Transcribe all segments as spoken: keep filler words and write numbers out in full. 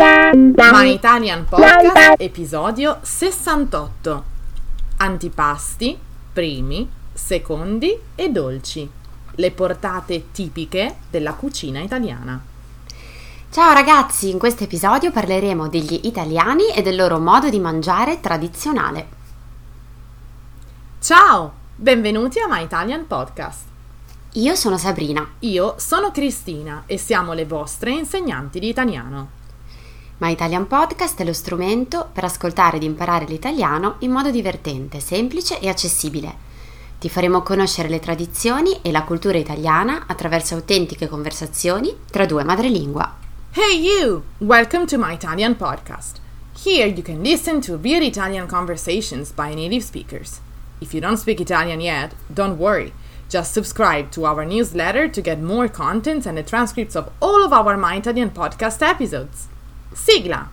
My Italian Podcast, episodio sessantotto. Antipasti, primi, secondi e dolci. Le portate tipiche della cucina italiana. Ciao ragazzi, in questo episodio parleremo degli italiani e del loro modo di mangiare tradizionale. Ciao, benvenuti a My Italian Podcast. Io sono Sabrina. Io sono Cristina e siamo le vostre insegnanti di italiano. My Italian Podcast è lo strumento per ascoltare ed imparare l'italiano in modo divertente, semplice e accessibile. Ti faremo conoscere le tradizioni e la cultura italiana attraverso autentiche conversazioni tra due madrelingua. Hey you! Welcome to My Italian Podcast. Here you can listen to real Italian conversations by native speakers. If you don't speak Italian yet, don't worry. Just subscribe to our newsletter to get more content and the transcripts of all of our My Italian Podcast episodes. Sigla!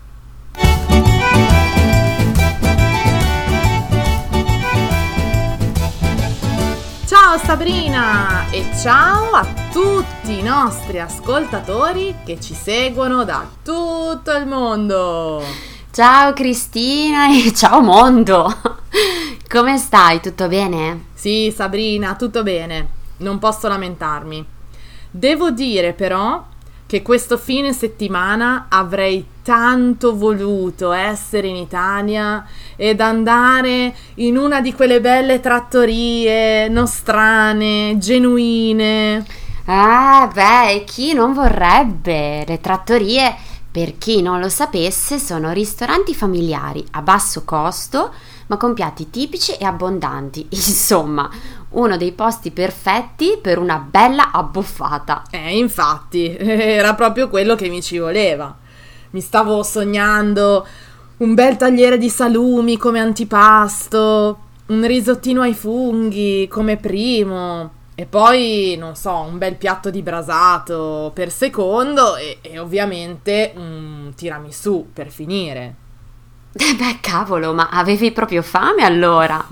Ciao Sabrina e ciao a tutti i nostri ascoltatori che ci seguono da tutto il mondo. Ciao Cristina e ciao mondo! Come stai? Tutto bene? Sì, Sabrina, tutto bene. Non posso lamentarmi. Devo dire però che questo fine settimana avrei tanto voluto essere in Italia ed andare in una di quelle belle trattorie nostrane, genuine. Ah, beh, chi non vorrebbe? Le trattorie, per chi non lo sapesse, sono ristoranti familiari a basso costo, ma con piatti tipici e abbondanti. Insomma, uno dei posti perfetti per una bella abbuffata. Eh, infatti, era proprio quello che mi ci voleva. Mi stavo sognando un bel tagliere di salumi come antipasto, un risottino ai funghi come primo, e poi, non so, un bel piatto di brasato per secondo e, e ovviamente un tiramisù per finire. Eh beh, cavolo, ma avevi proprio fame allora?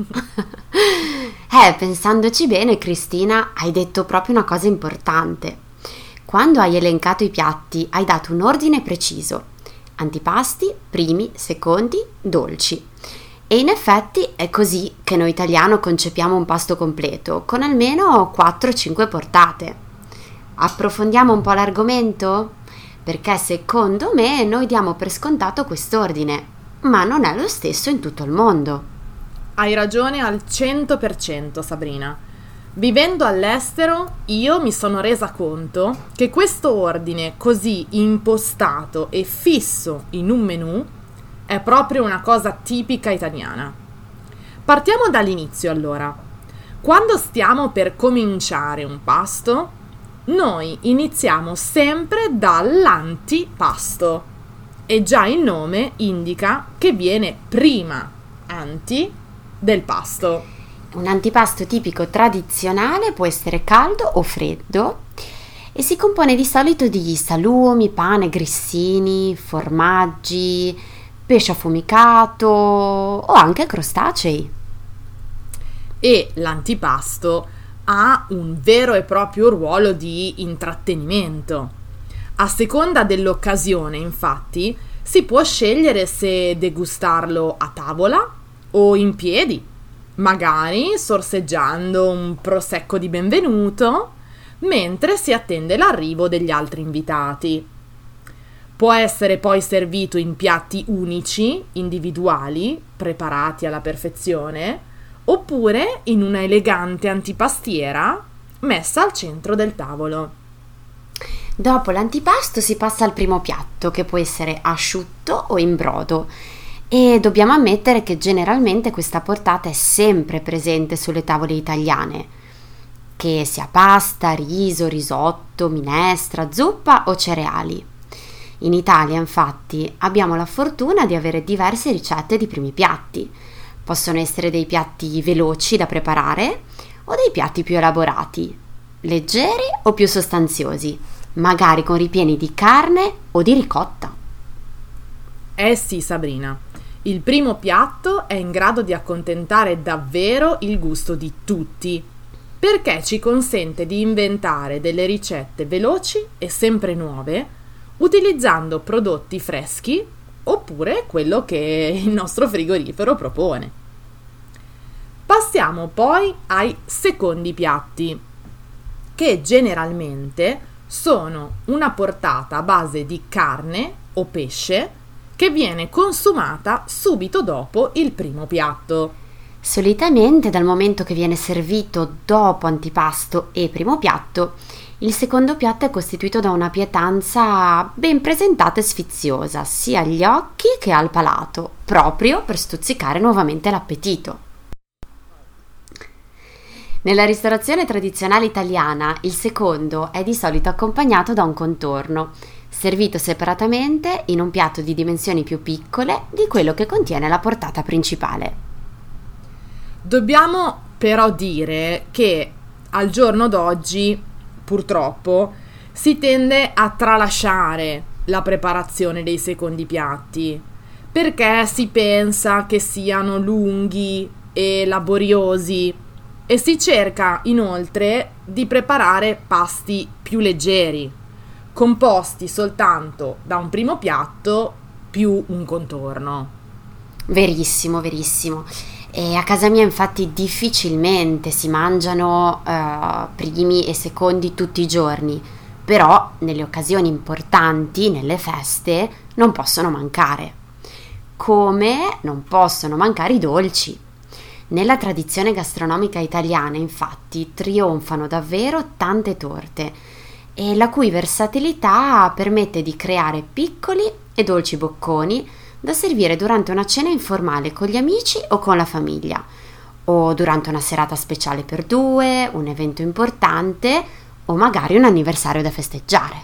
Eh, pensandoci bene, Cristina, hai detto proprio una cosa importante. Quando hai elencato i piatti, hai dato un ordine preciso. Antipasti, primi, secondi, dolci. E in effetti è così che noi italiani concepiamo un pasto completo, con almeno quattro cinque portate. Approfondiamo un po' l'argomento? Perché secondo me noi diamo per scontato quest'ordine. Ma non è lo stesso in tutto il mondo. Hai ragione al cento per cento, Sabrina. Vivendo all'estero, io mi sono resa conto che questo ordine così impostato e fisso in un menù è proprio una cosa tipica italiana. Partiamo dall'inizio allora. Quando stiamo per cominciare un pasto, noi iniziamo sempre dall'antipasto. E già il nome indica che viene prima, anti, del pasto. Un antipasto tipico tradizionale può essere caldo o freddo e si compone di solito di salumi, pane, grissini, formaggi, pesce affumicato o anche crostacei. E l'antipasto ha un vero e proprio ruolo di intrattenimento. A seconda dell'occasione, infatti, si può scegliere se degustarlo a tavola o in piedi, magari sorseggiando un prosecco di benvenuto, mentre si attende l'arrivo degli altri invitati. Può essere poi servito in piatti unici, individuali, preparati alla perfezione, oppure in una elegante antipastiera messa al centro del tavolo. Dopo l'antipasto si passa al primo piatto, che può essere asciutto o in brodo, e dobbiamo ammettere che generalmente questa portata è sempre presente sulle tavole italiane, che sia pasta, riso, risotto, minestra, zuppa o cereali. In Italia, infatti, abbiamo la fortuna di avere diverse ricette di primi piatti. Possono essere dei piatti veloci da preparare o dei piatti più elaborati, leggeri o più sostanziosi, magari con ripieni di carne o di ricotta. Eh sì, Sabrina, il primo piatto è in grado di accontentare davvero il gusto di tutti, perché ci consente di inventare delle ricette veloci e sempre nuove, utilizzando prodotti freschi oppure quello che il nostro frigorifero propone. Passiamo poi ai secondi piatti, che generalmente sono una portata a base di carne o pesce che viene consumata subito dopo il primo piatto. Solitamente, dal momento che viene servito dopo antipasto e primo piatto, il secondo piatto è costituito da una pietanza ben presentata e sfiziosa, sia agli occhi che al palato, proprio per stuzzicare nuovamente l'appetito. Nella ristorazione tradizionale italiana, il secondo è di solito accompagnato da un contorno, servito separatamente in un piatto di dimensioni più piccole di quello che contiene la portata principale. Dobbiamo però dire che al giorno d'oggi, purtroppo, si tende a tralasciare la preparazione dei secondi piatti, perché si pensa che siano lunghi e laboriosi e si cerca inoltre di preparare pasti più leggeri, composti soltanto da un primo piatto più un contorno. Verissimo, verissimo. E a casa mia infatti difficilmente si mangiano eh, primi e secondi tutti i giorni, però nelle occasioni importanti, nelle feste, non possono mancare. Come non possono mancare i dolci. Nella tradizione gastronomica italiana, infatti, trionfano davvero tante torte, e la cui versatilità permette di creare piccoli e dolci bocconi da servire durante una cena informale con gli amici o con la famiglia, o durante una serata speciale per due, un evento importante o magari un anniversario da festeggiare.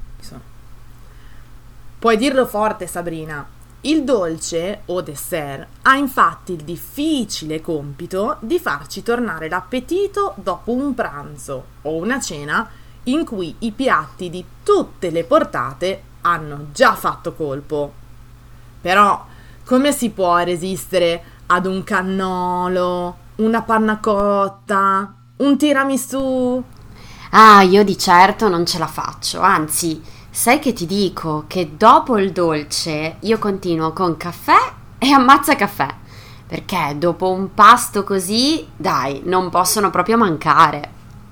Puoi dirlo forte, Sabrina. Il dolce o dessert ha infatti il difficile compito di farci tornare l'appetito dopo un pranzo o una cena in cui i piatti di tutte le portate hanno già fatto colpo. Però come si può resistere ad un cannolo, una panna cotta, un tiramisù? Ah, io di certo non ce la faccio, anzi, sai che ti dico che dopo il dolce io continuo con caffè e ammazza caffè, perché dopo un pasto così, dai, non possono proprio mancare.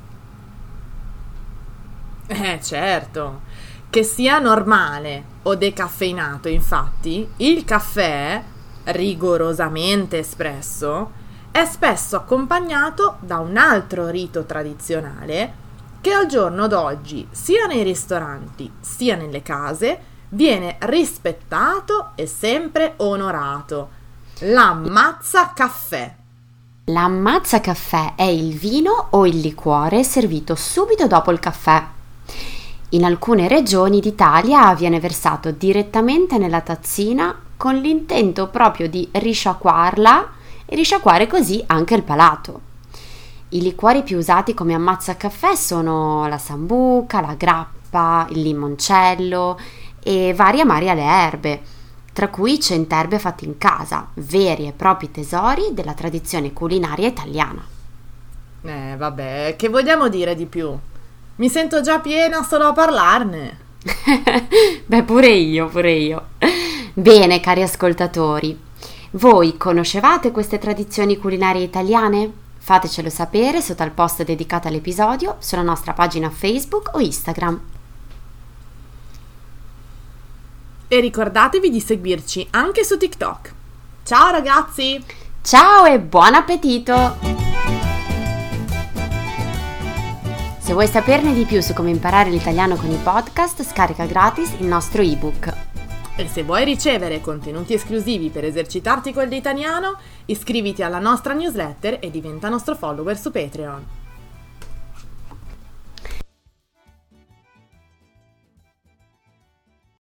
Eh, certo, che sia normale o decaffeinato, infatti, il caffè, rigorosamente espresso, è spesso accompagnato da un altro rito tradizionale che al giorno d'oggi, sia nei ristoranti sia nelle case, viene rispettato e sempre onorato: l'ammazza caffè. L'ammazza caffè è il vino o il liquore servito subito dopo il caffè. In alcune regioni d'Italia viene versato direttamente nella tazzina con l'intento proprio di risciacquarla e risciacquare così anche il palato. I liquori più usati come ammazza caffè sono la sambuca, la grappa, il limoncello e varie amari alle erbe, tra cui centerbe fatte in casa, veri e propri tesori della tradizione culinaria italiana. Eh, vabbè, che vogliamo dire di più? Mi sento già piena solo a parlarne. Beh, pure io, pure io. Bene, cari ascoltatori, voi conoscevate queste tradizioni culinarie italiane? Fatecelo sapere sotto al post dedicato all'episodio sulla nostra pagina Facebook o Instagram. E ricordatevi di seguirci anche su TikTok. Ciao ragazzi! Ciao e buon appetito! Se vuoi saperne di più su come imparare l'italiano con i podcast, scarica gratis il nostro ebook. E se vuoi ricevere contenuti esclusivi per esercitarti con l'italiano, iscriviti alla nostra newsletter e diventa nostro follower su Patreon.